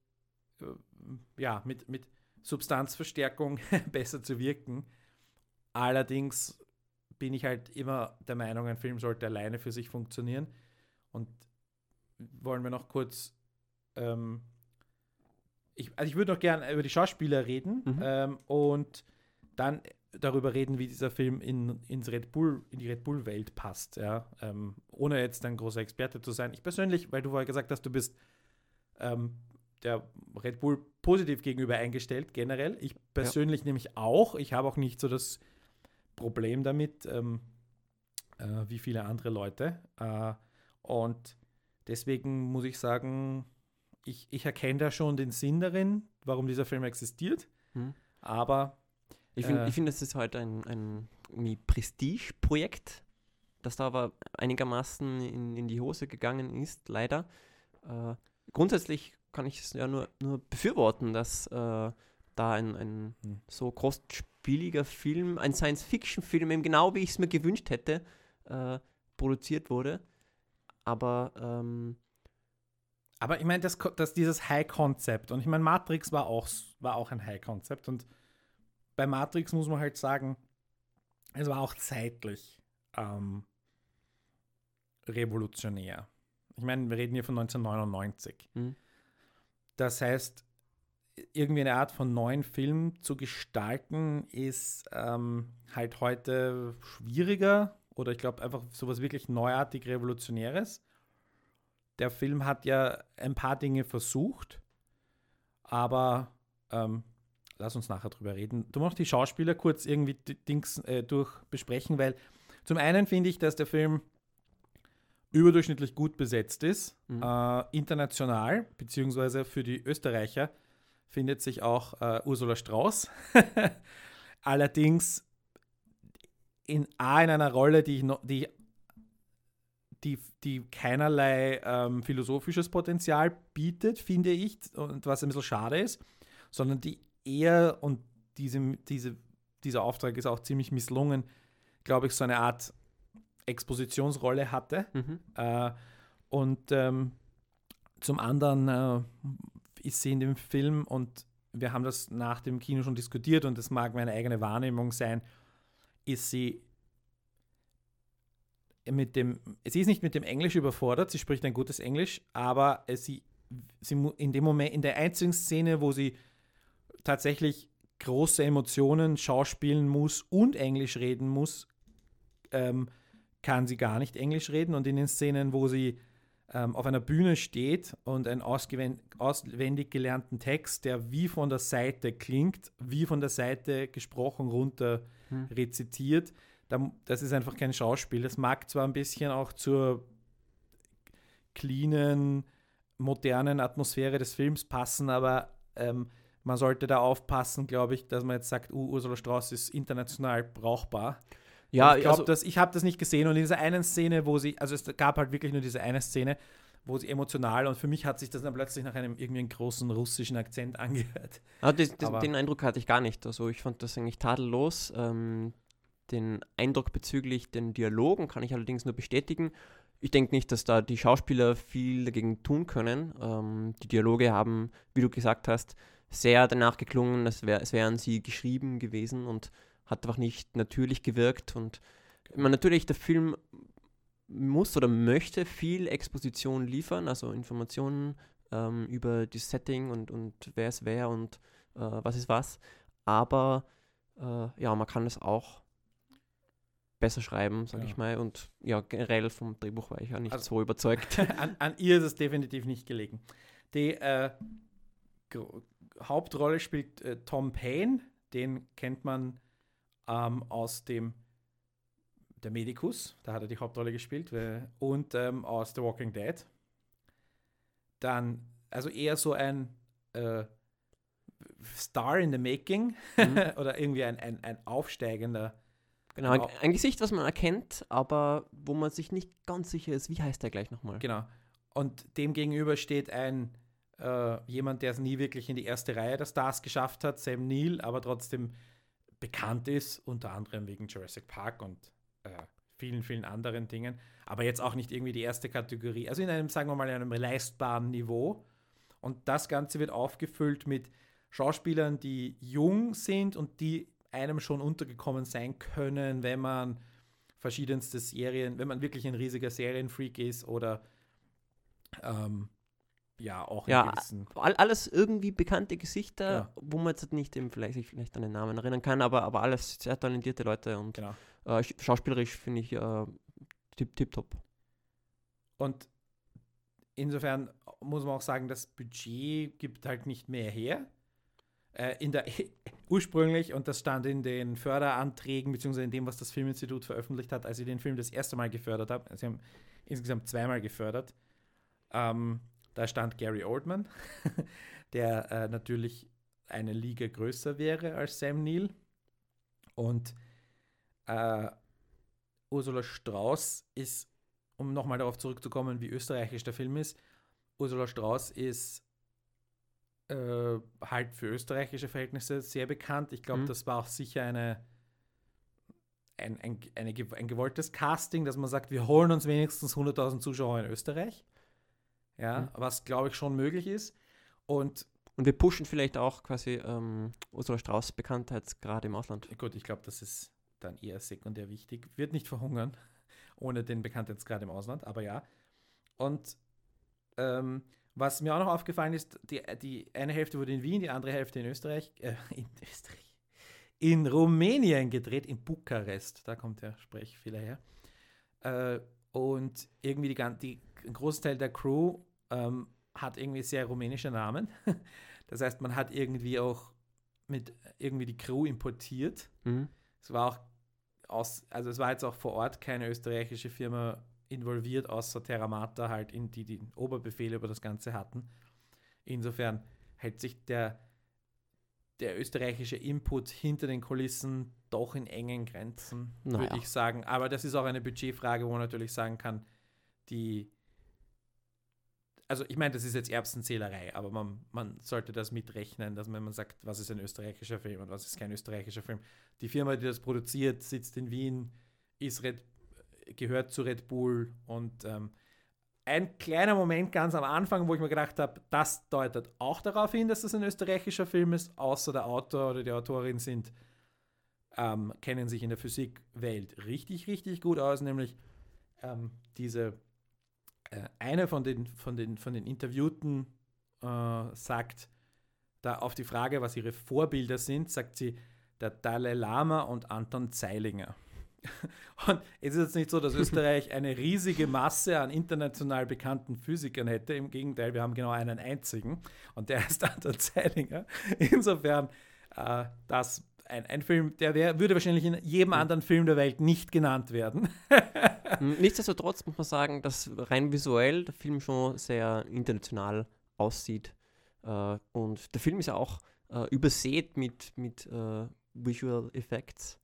mit Substanzverstärkung besser zu wirken. Allerdings bin ich halt immer der Meinung, ein Film sollte alleine für sich funktionieren. Und wollen wir noch kurz ich würde noch gerne über die Schauspieler reden und dann darüber reden, wie dieser Film in die Red Bull-Welt passt, ja. Ohne jetzt ein großer Experte zu sein. Ich persönlich, weil du vorher gesagt hast, du bist der Red Bull positiv gegenüber eingestellt, generell. Ich persönlich nämlich auch. Ich habe auch nicht so das Problem damit, wie viele andere Leute. Und deswegen muss ich sagen, ich erkenne da schon den Sinn darin, warum dieser Film existiert. Aber ich finde, das ist halt ein Prestige-Projekt, das da aber einigermaßen in die Hose gegangen ist, leider. Grundsätzlich kann ich es ja nur befürworten, dass da ein so kostspieliger Film, ein Science-Fiction-Film, eben genau wie ich es mir gewünscht hätte, produziert wurde. Aber ich meine, dass dieses High-Concept, und ich meine, Matrix war auch ein High-Concept, und bei Matrix muss man halt sagen, es war auch zeitlich revolutionär. Ich meine, wir reden hier von 1999. Das heißt, irgendwie eine Art von neuen Film zu gestalten, ist halt heute schwieriger, oder ich glaube einfach sowas wirklich neuartig Revolutionäres. Der Film hat ja ein paar Dinge versucht, aber lass uns nachher drüber reden. Du musst die Schauspieler kurz irgendwie besprechen, weil zum einen finde ich, dass der Film überdurchschnittlich gut besetzt ist, international, beziehungsweise für die Österreicher findet sich auch Ursula Strauß. Allerdings in einer Rolle, die keinerlei philosophisches Potenzial bietet, finde ich, und was ein bisschen schade ist, sondern die eher, und dieser Auftrag ist auch ziemlich misslungen, glaube ich, so eine Art Expositionsrolle hatte. Und zum anderen ist sie in dem Film, und wir haben das nach dem Kino schon diskutiert, und das mag meine eigene Wahrnehmung sein, ist sie ist nicht mit dem Englisch überfordert, sie spricht ein gutes Englisch, aber sie in dem Moment, in der einzigen Szene, wo sie tatsächlich große Emotionen schauspielen muss und Englisch reden muss, kann sie gar nicht Englisch reden, und in den Szenen, wo sie auf einer Bühne steht und einen auswendig gelernten Text, der wie von der Seite klingt, wie von der Seite gesprochen runter rezitiert, das ist einfach kein Schauspiel. Das mag zwar ein bisschen auch zur cleanen, modernen Atmosphäre des Films passen, aber man sollte da aufpassen, glaube ich, dass man jetzt sagt, Ursula Strauß ist international brauchbar. Ja, ich glaube, ich habe das nicht gesehen, und in dieser einen Szene, es gab halt wirklich nur diese eine Szene, wo sie emotional, und für mich hat sich das dann plötzlich nach einem irgendwie einen großen russischen Akzent angehört. Den Eindruck hatte ich gar nicht. Also ich fand das eigentlich tadellos. Den Eindruck bezüglich den Dialogen kann ich allerdings nur bestätigen. Ich denke nicht, dass da die Schauspieler viel dagegen tun können. Die Dialoge haben, wie du gesagt hast, sehr danach geklungen, als wären sie geschrieben gewesen, und hat einfach nicht natürlich gewirkt. Und natürlich, der Film muss oder möchte viel Exposition liefern, also Informationen über das Setting und wer ist wer und was ist was. Aber man kann das auch besser schreiben, sage ich mal. Und ja, generell vom Drehbuch war ich ja nicht so überzeugt. An ihr ist es definitiv nicht gelegen. Die Hauptrolle spielt Tom Payne, den kennt man aus der Medicus, da hat er die Hauptrolle gespielt, und aus The Walking Dead. Dann, also eher so ein Star in the Making oder irgendwie ein aufsteigender. Genau, ein Gesicht, was man erkennt, aber wo man sich nicht ganz sicher ist, wie heißt der gleich nochmal. Genau. Und dem gegenüber steht jemand, der es nie wirklich in die erste Reihe der Stars geschafft hat, Sam Neill, aber trotzdem bekannt ist, unter anderem wegen Jurassic Park und vielen, vielen anderen Dingen, aber jetzt auch nicht irgendwie die erste Kategorie, also in einem, sagen wir mal, in einem leistbaren Niveau. Und das Ganze wird aufgefüllt mit Schauspielern, die jung sind und die einem schon untergekommen sein können, wenn man verschiedenste Serien, wenn man wirklich ein riesiger Serienfreak ist oder ja auch Ja, in gewissen... alles irgendwie bekannte Gesichter, Genau. wo man jetzt nicht sich vielleicht an den Namen erinnern kann, aber alles sehr talentierte Leute und Genau. schauspielerisch finde ich tipptopp. Und insofern muss man auch sagen, das Budget gibt halt nicht mehr her. Ursprünglich, und das stand in den Förderanträgen, beziehungsweise in dem, was das Filminstitut veröffentlicht hat, als sie den Film das erste Mal gefördert haben, sie haben insgesamt 2-mal gefördert, da stand Gary Oldman, der natürlich eine Liga größer wäre als Sam Neill. Und Ursula Strauß ist, um nochmal darauf zurückzukommen, wie österreichisch der Film ist, Ursula Strauß ist halt für österreichische Verhältnisse sehr bekannt. Ich glaube, das war auch sicher ein gewolltes Casting, dass man sagt, wir holen uns wenigstens 100.000 Zuschauer in Österreich. Ja, was, glaube ich, schon möglich ist. Und wir pushen vielleicht auch quasi Ursula Strauß Bekanntheit gerade im Ausland. gut, ich glaube, das ist dann eher sekundär wichtig. Wird nicht verhungern ohne den Bekanntheitsgrad im Ausland, aber ja. Und was mir auch noch aufgefallen ist, die eine Hälfte wurde in Wien, die andere Hälfte in Rumänien gedreht, in Bukarest. Da kommt der Sprechfehler her. Und irgendwie ein Großteil der Crew hat irgendwie sehr rumänische Namen. Das heißt, man hat irgendwie auch irgendwie die Crew importiert. Es war auch es war jetzt auch vor Ort keine österreichische Firma involviert, außer Terra Mata halt, die den Oberbefehl über das Ganze hatten. Insofern hält sich der österreichische Input hinter den Kulissen doch in engen Grenzen, würde ich sagen. Aber das ist auch eine Budgetfrage, wo man natürlich sagen kann, also ich meine, das ist jetzt Erbsenzählerei, aber man sollte das mitrechnen, dass man sagt, was ist ein österreichischer Film und was ist kein österreichischer Film. Die Firma, die das produziert, sitzt in Wien, gehört zu Red Bull und ein kleiner Moment ganz am Anfang, wo ich mir gedacht habe, das deutet auch darauf hin, dass das ein österreichischer Film ist, außer der Autor oder die Autorin kennen sich in der Physikwelt richtig, richtig gut aus, nämlich eine von den Interviewten sagt, da auf die Frage, was ihre Vorbilder sind, sagt sie, der Dalai Lama und Anton Zeilinger. Und es ist jetzt nicht so, dass Österreich eine riesige Masse an international bekannten Physikern hätte. Im Gegenteil, wir haben genau einen einzigen und der heißt Anton Zeilinger. Insofern, das ein Film, würde wahrscheinlich in jedem anderen Film der Welt nicht genannt werden. Nichtsdestotrotz muss man sagen, dass rein visuell der Film schon sehr international aussieht. Und der Film ist ja auch übersät mit Visual Effects.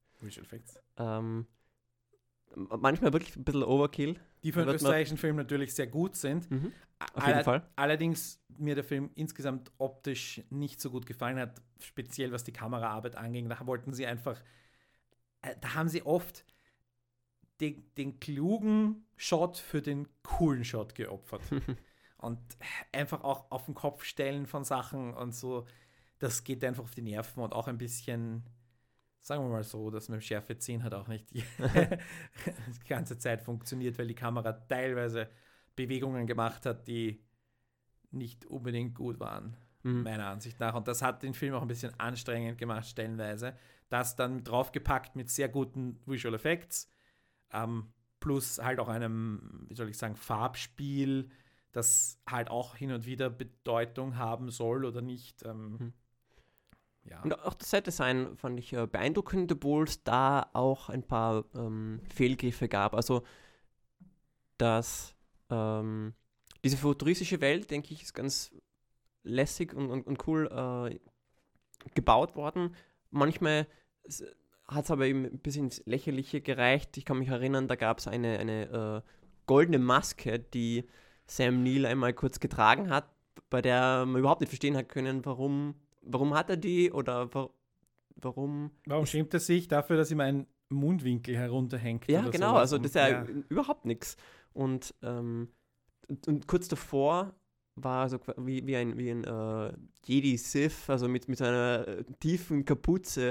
Manchmal wirklich ein bisschen Overkill. Die für den österreichischen Film natürlich sehr gut sind. Auf jeden Fall. Allerdings mir der Film insgesamt optisch nicht so gut gefallen hat, speziell was die Kameraarbeit anging. Da wollten sie einfach, da haben sie oft den klugen Shot für den coolen Shot geopfert. Und einfach auch auf den Kopf stellen von Sachen und so, das geht einfach auf die Nerven und auch ein bisschen, sagen wir mal so, dass mit dem Schärfe 10 hat auch nicht die ganze Zeit funktioniert, weil die Kamera teilweise Bewegungen gemacht hat, die nicht unbedingt gut waren, meiner Ansicht nach. Und das hat den Film auch ein bisschen anstrengend gemacht, stellenweise. Das dann draufgepackt mit sehr guten Visual Effects, plus halt auch einem, wie soll ich sagen, Farbspiel, das halt auch hin und wieder Bedeutung haben soll oder nicht. Ja. Und auch das Set-Design fand ich beeindruckend, obwohl es da auch ein paar Fehlgriffe gab. Also, dass diese futuristische Welt, denke ich, ist ganz lässig und cool gebaut worden. Manchmal hat es aber eben ein bisschen ins Lächerliche gereicht. Ich kann mich erinnern, da gab es eine goldene Maske, die Sam Neill einmal kurz getragen hat, bei der man überhaupt nicht verstehen hat können, warum hat er die oder warum schämt er sich dafür, dass ihm ein Mundwinkel herunterhängt? Ja, oder genau, sowas? also das ist ja überhaupt nichts. Und kurz davor war so wie ein Jedi Sith, also mit einer tiefen Kapuze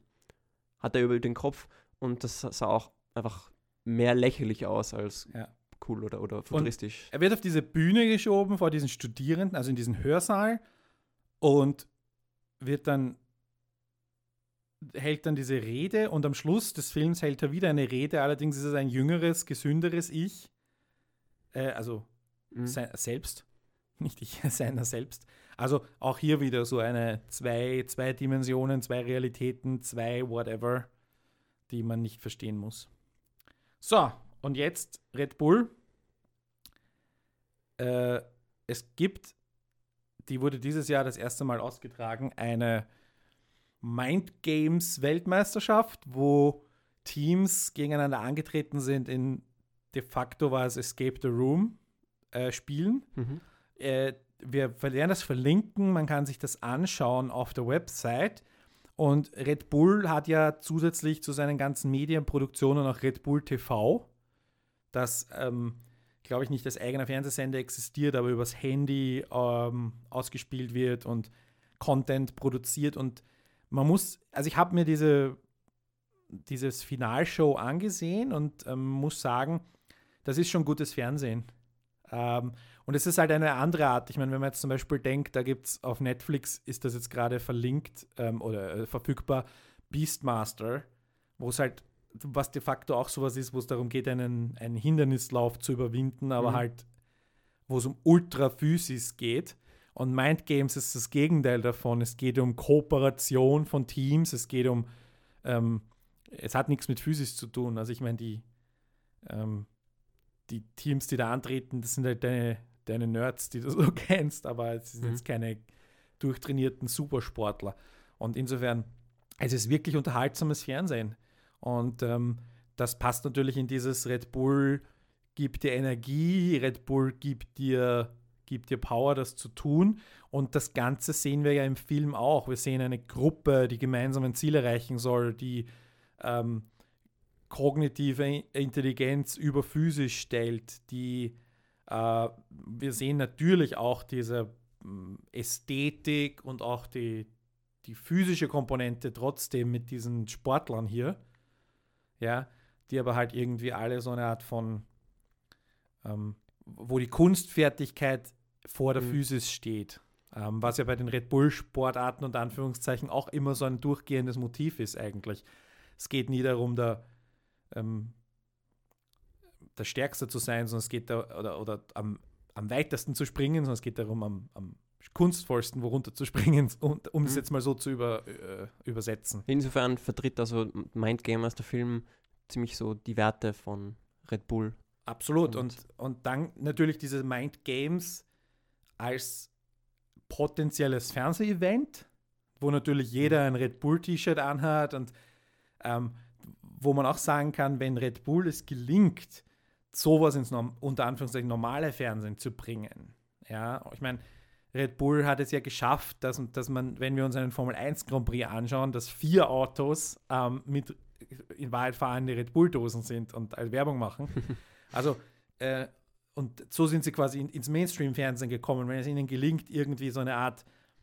hat er über den Kopf und das sah auch einfach mehr lächerlich aus als cool oder futuristisch. Er wird auf diese Bühne geschoben vor diesen Studierenden, also in diesen Hörsaal, und hält dann diese Rede, und am Schluss des Films hält er wieder eine Rede, allerdings ist es ein jüngeres, gesünderes Ich, selbst, nicht ich, seiner selbst. Also auch hier wieder so eine zwei Dimensionen, 2 Realitäten, 2 whatever, die man nicht verstehen muss. So, und jetzt Red Bull. Die wurde dieses Jahr das erste Mal ausgetragen, eine Mind Games Weltmeisterschaft, wo Teams gegeneinander angetreten sind in de facto war es Escape the Room Spielen. Wir werden das verlinken, man kann sich das anschauen auf der Website. Und Red Bull hat ja zusätzlich zu seinen ganzen Medienproduktionen auch Red Bull TV, das, glaube ich, nicht als eigener Fernsehsender existiert, aber übers Handy ausgespielt wird und Content produziert. Und ich habe mir dieses Finalshow angesehen und muss sagen, das ist schon gutes Fernsehen. Und es ist halt eine andere Art. Ich meine, wenn man jetzt zum Beispiel denkt, da gibt es auf Netflix, ist das jetzt gerade verlinkt oder verfügbar, Beastmaster, wo es halt, was de facto auch sowas ist, wo es darum geht, einen Hindernislauf zu überwinden, aber halt, wo es um Ultraphysis geht. Und Mind Games ist das Gegenteil davon. Es geht um Kooperation von Teams, es geht um, es hat nichts mit Physis zu tun. Also ich meine, die Teams, die da antreten, das sind halt deine Nerds, die du so kennst, aber es sind jetzt keine durchtrainierten Supersportler. Und insofern, es ist wirklich unterhaltsames Fernsehen. Und das passt natürlich in dieses Red Bull gibt dir Energie, Red Bull gibt dir Power, das zu tun. Und das Ganze sehen wir ja im Film auch. Wir sehen eine Gruppe, die gemeinsam ein Ziel erreichen soll, die kognitive Intelligenz über physisch stellt, wir sehen natürlich auch diese Ästhetik und auch die physische Komponente trotzdem mit diesen Sportlern hier, ja, die aber halt irgendwie alle so eine Art von, wo die Kunstfertigkeit vor der Physis steht, was ja bei den Red Bull-Sportarten und Anführungszeichen auch immer so ein durchgehendes Motiv ist eigentlich. Es geht nie darum, der Stärkste zu sein, sondern es geht oder am weitesten zu springen, sondern es geht darum, am kunstvollsten worunter zu springen, um es jetzt mal so zu übersetzen. Insofern vertritt also Mind Gamers, der Film, ziemlich so die Werte von Red Bull. Absolut. Und dann natürlich diese Mind Games als potenzielles Fernseh-Event, wo natürlich jeder ein Red Bull-T-Shirt anhat und wo man auch sagen kann, wenn Red Bull es gelingt, sowas ins unter Anführungszeichen normale Fernsehen zu bringen. Ja, ich meine, Red Bull hat es ja geschafft, dass man, wenn wir uns einen Formel 1 Grand Prix anschauen, dass 4 Autos in Wahrheit fahrende Red Bull-Dosen sind und Werbung machen. Also, und so sind sie quasi ins Mainstream-Fernsehen gekommen. Wenn es ihnen gelingt, irgendwie so eine Art,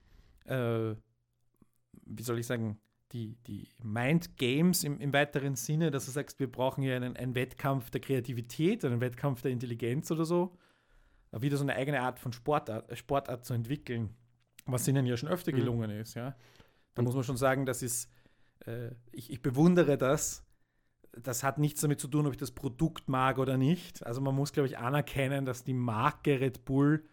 wie soll ich sagen, die Mind Games im weiteren Sinne, dass du sagst, wir brauchen hier einen Wettkampf der Kreativität, einen Wettkampf der Intelligenz oder so, wieder so eine eigene Art von Sportart zu entwickeln, was ihnen ja schon öfter gelungen ist. Ja? Da muss man schon sagen, das ist, ich bewundere das. Das hat nichts damit zu tun, ob ich das Produkt mag oder nicht. Also man muss, glaube ich, anerkennen, dass die Marke Red Bull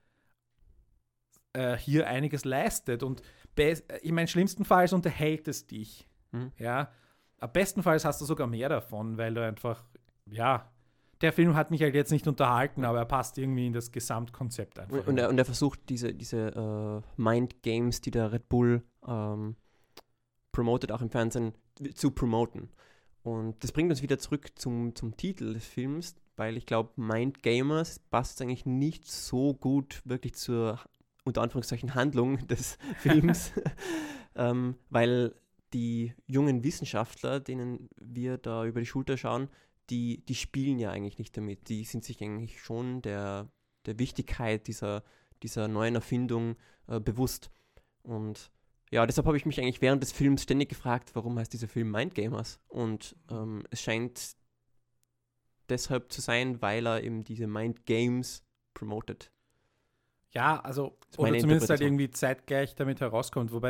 hier einiges leistet. Und ich meine, schlimmstenfalls unterhält es dich. Ja? Am bestenfalls hast du sogar mehr davon, weil du einfach, ja, der Film hat mich halt jetzt nicht unterhalten, aber er passt irgendwie in das Gesamtkonzept einfach. Und er versucht diese Mind Games, die der Red Bull promotet, auch im Fernsehen zu promoten. Und das bringt uns wieder zurück zum Titel des Films, weil ich glaube, Mind Gamers passt eigentlich nicht so gut wirklich zur, unter Anführungszeichen, Handlung des Films, weil die jungen Wissenschaftler, denen wir da über die Schulter schauen, die spielen ja eigentlich nicht damit. Die sind sich eigentlich schon der Wichtigkeit dieser neuen Erfindung bewusst. Und ja, deshalb habe ich mich eigentlich während des Films ständig gefragt, warum heißt dieser Film Mind Gamers? Und es scheint deshalb zu sein, weil er eben diese Mind Games promotet. Ja, also, ist meine oder zumindest halt Interpretation. irgendwie zeitgleich damit herauskommt, wobei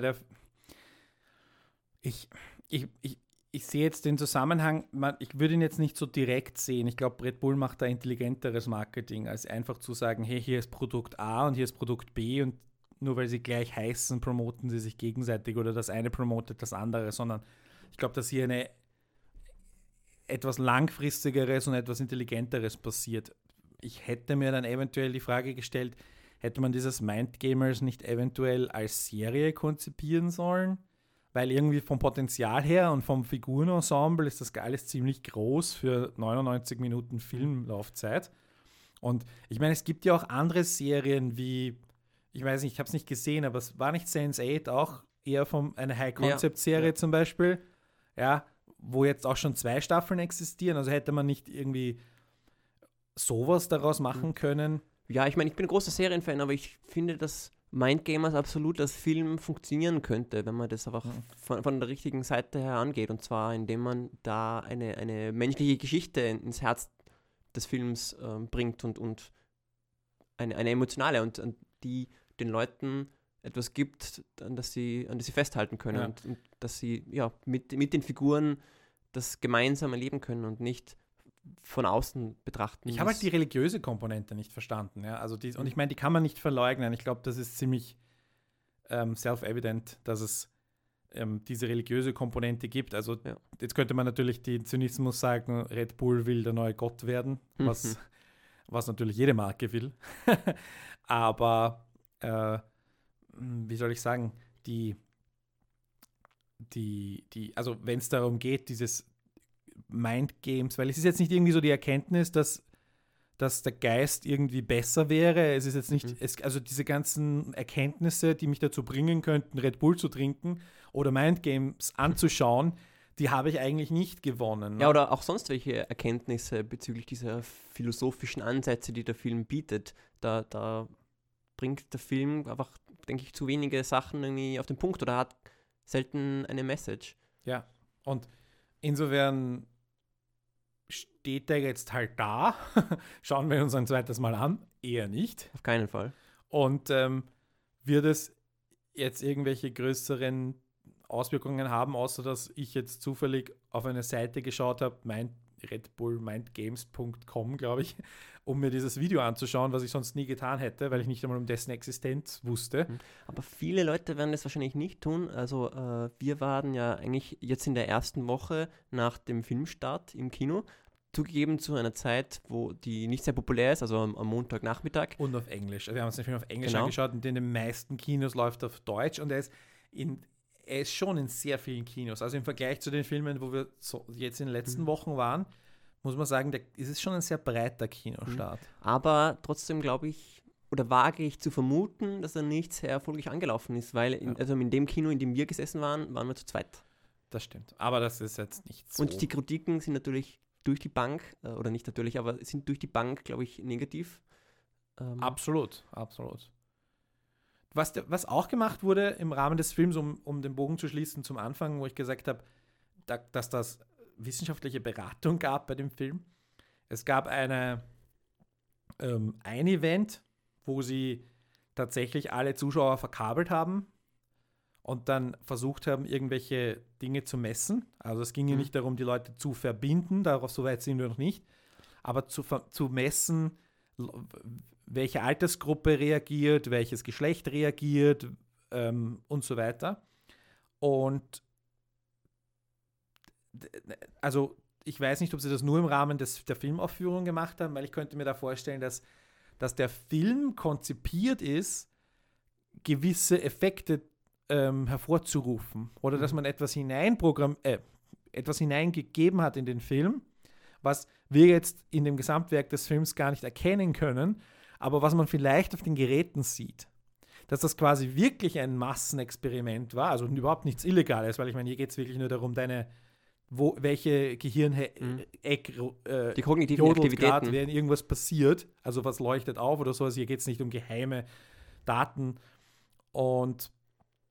ich sehe jetzt den Zusammenhang, ich würde ihn jetzt nicht so direkt sehen. Ich glaube, Red Bull macht da intelligenteres Marketing, als einfach zu sagen, hey, hier ist Produkt A und hier ist Produkt B und nur weil sie gleich heißen, promoten sie sich gegenseitig oder das eine promotet das andere, sondern ich glaube, dass hier etwas langfristigeres und etwas intelligenteres passiert. Ich hätte mir dann eventuell die Frage gestellt, hätte man dieses Mindgamers nicht eventuell als Serie konzipieren sollen? Weil irgendwie vom Potenzial her und vom Figurenensemble ist das alles ziemlich groß für 99 Minuten Filmlaufzeit. Und ich meine, es gibt ja auch andere Serien wie, ich weiß nicht, ich habe es nicht gesehen, aber es war nicht Sense8 auch eher eine High-Concept-Serie zum Beispiel, ja, wo jetzt auch schon 2 Staffeln existieren. Also hätte man nicht irgendwie sowas daraus machen können. Ja, ich meine, ich bin ein großer Serienfan, aber ich finde, dass Mindgamers absolut als Film funktionieren könnte, wenn man das einfach von der richtigen Seite her angeht. Und zwar, indem man da eine menschliche Geschichte ins Herz des Films bringt und eine emotionale und die den Leuten etwas gibt, an das sie festhalten können und dass sie mit den Figuren das gemeinsam erleben können und nicht von außen betrachten. Ich habe halt die religiöse Komponente nicht verstanden. Ja? Also und ich meine, die kann man nicht verleugnen. Ich glaube, das ist ziemlich self-evident, dass es diese religiöse Komponente gibt. Also jetzt könnte man natürlich den Zynismus sagen, Red Bull will der neue Gott werden, was natürlich jede Marke will. Aber wie soll ich sagen, also wenn es darum geht, dieses Mindgames, weil es ist jetzt nicht irgendwie so die Erkenntnis, dass der Geist irgendwie besser wäre. Es ist jetzt nicht, also diese ganzen Erkenntnisse, die mich dazu bringen könnten, Red Bull zu trinken oder Mindgames anzuschauen, die habe ich eigentlich nicht gewonnen. Ne? Ja, oder auch sonst welche Erkenntnisse bezüglich dieser philosophischen Ansätze, die der Film bietet. Da bringt der Film einfach, denke ich, zu wenige Sachen irgendwie auf den Punkt oder hat selten eine Message. Ja, und insofern steht der jetzt halt da. Schauen wir uns ein zweites Mal an. Eher nicht. Auf keinen Fall. Und wird es jetzt irgendwelche größeren Auswirkungen haben, außer dass ich jetzt zufällig auf eine Seite geschaut habe, redbullmindgames.com, glaube ich, um mir dieses Video anzuschauen, was ich sonst nie getan hätte, weil ich nicht einmal um dessen Existenz wusste. Aber viele Leute werden das wahrscheinlich nicht tun. Also wir waren ja eigentlich jetzt in der ersten Woche nach dem Filmstart im Kino, zugegeben zu einer Zeit, wo die nicht sehr populär ist, also am Montagnachmittag. Und auf Englisch. Wir haben uns den Film auf Englisch angeschaut und in den meisten Kinos läuft er auf Deutsch und er ist schon in sehr vielen Kinos. Also im Vergleich zu den Filmen, wo wir jetzt in den letzten Wochen waren, muss man sagen, ist es schon ein sehr breiter Kinostart. Aber trotzdem glaube ich, oder wage ich zu vermuten, dass er nicht sehr erfolgreich angelaufen ist, weil also in dem Kino, in dem wir gesessen waren wir zu zweit. Das stimmt. Aber das ist jetzt nicht so. Und die Kritiken sind natürlich durch die Bank, oder nicht natürlich, aber sind durch die Bank, glaube ich, negativ. Absolut. Was auch gemacht wurde im Rahmen des Films, um den Bogen zu schließen zum Anfang, wo ich gesagt habe, dass das wissenschaftliche Beratung gab bei dem Film. Es gab ein Event, wo sie tatsächlich alle Zuschauer verkabelt haben und dann versucht haben, irgendwelche Dinge zu messen. Also es ging ja nicht darum, die Leute zu verbinden, so weit sind wir noch nicht, aber zu messen, welche Altersgruppe reagiert, welches Geschlecht reagiert und so weiter. Und also ich weiß nicht, ob sie das nur im Rahmen der Filmaufführung gemacht haben, weil ich könnte mir da vorstellen, dass der Film konzipiert ist, gewisse Effekte hervorzurufen oder dass man etwas hineingegeben hat in den Film, was wir jetzt in dem Gesamtwerk des Films gar nicht erkennen können, aber was man vielleicht auf den Geräten sieht. Dass das quasi wirklich ein Massenexperiment war, also überhaupt nichts Illegales, weil ich meine, hier geht es wirklich nur darum, welche die kognitiven Aktivitäten, wenn irgendwas passiert, also was leuchtet auf oder sowas. Hier geht es nicht um geheime Daten. Und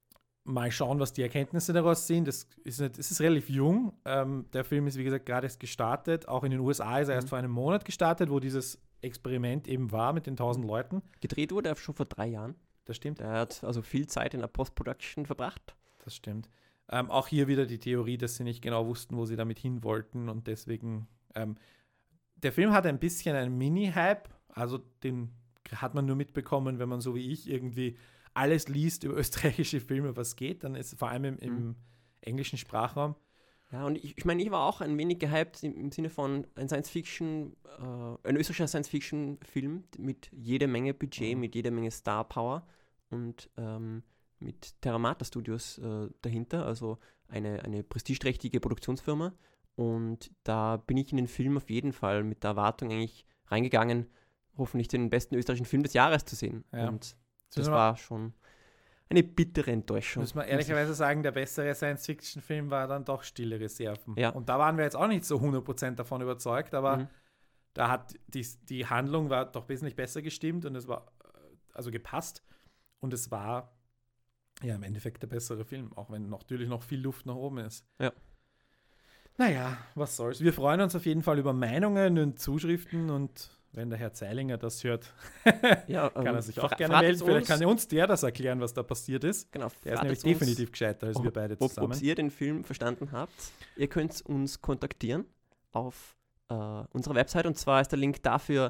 mal schauen, was die Erkenntnisse daraus sind. Es ist relativ jung. Der Film ist, wie gesagt, gerade erst gestartet. Auch in den USA ist er erst vor einem Monat gestartet, wo dieses Experiment eben war mit den 1000 Leuten. Gedreht wurde er schon vor 3 Jahren. Das stimmt. Er hat also viel Zeit in der Post-Production verbracht. Das stimmt. Auch hier wieder die Theorie, dass sie nicht genau wussten, wo sie damit hin wollten und deswegen der Film hat ein bisschen einen Mini-Hype, also den hat man nur mitbekommen, wenn man so wie ich irgendwie alles liest über österreichische Filme, was geht, dann ist vor allem im englischen Sprachraum. Ja, und ich meine, ich war auch ein wenig gehypt im Sinne von ein ein österreichischer Science-Fiction-Film mit jeder Menge Budget, mit jeder Menge Star-Power und mit Terramata Studios dahinter, also eine prestigeträchtige Produktionsfirma. Und da bin ich in den Film auf jeden Fall mit der Erwartung eigentlich reingegangen, hoffentlich den besten österreichischen Film des Jahres zu sehen. Ja. Und das war schon eine bittere Enttäuschung. Muss man ehrlicherweise sagen, der bessere Science-Fiction-Film war dann doch Stille Reserven. Ja. Und da waren wir jetzt auch nicht so 100% davon überzeugt, aber da hat die Handlung war doch wesentlich besser gestimmt und es war also gepasst und es war ja im Endeffekt der bessere Film, auch wenn natürlich noch viel Luft nach oben ist. Ja. Naja, was soll's. Wir freuen uns auf jeden Fall über Meinungen und Zuschriften und wenn der Herr Zeilinger das hört, Ja, kann er sich auch gerne melden. Vielleicht kann uns der das erklären, was da passiert ist. Genau, Der ist nämlich definitiv gescheiter als wir beide zusammen. Ob ihr den Film verstanden habt. Ihr könnt uns kontaktieren auf unserer Website und zwar ist der Link dafür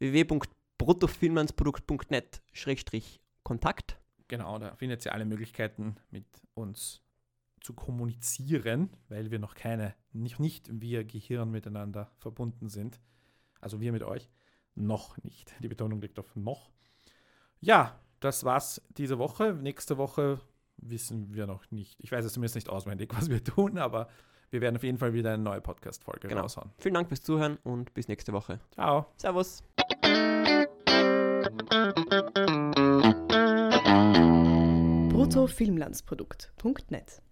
www.bruttofilmlandsprodukt.net/Kontakt. Genau, da findet ihr alle Möglichkeiten, mit uns zu kommunizieren, weil wir noch nicht via Gehirn miteinander verbunden sind. Also wir mit euch. Noch nicht. Die Betonung liegt auf noch. Ja, das war's diese Woche. Nächste Woche wissen wir noch nicht. Ich weiß es zumindest nicht auswendig, was wir tun, aber wir werden auf jeden Fall wieder eine neue Podcast-Folge raushauen. Vielen Dank fürs Zuhören und bis nächste Woche. Ciao. Servus. bruttofilmlandsprodukt.net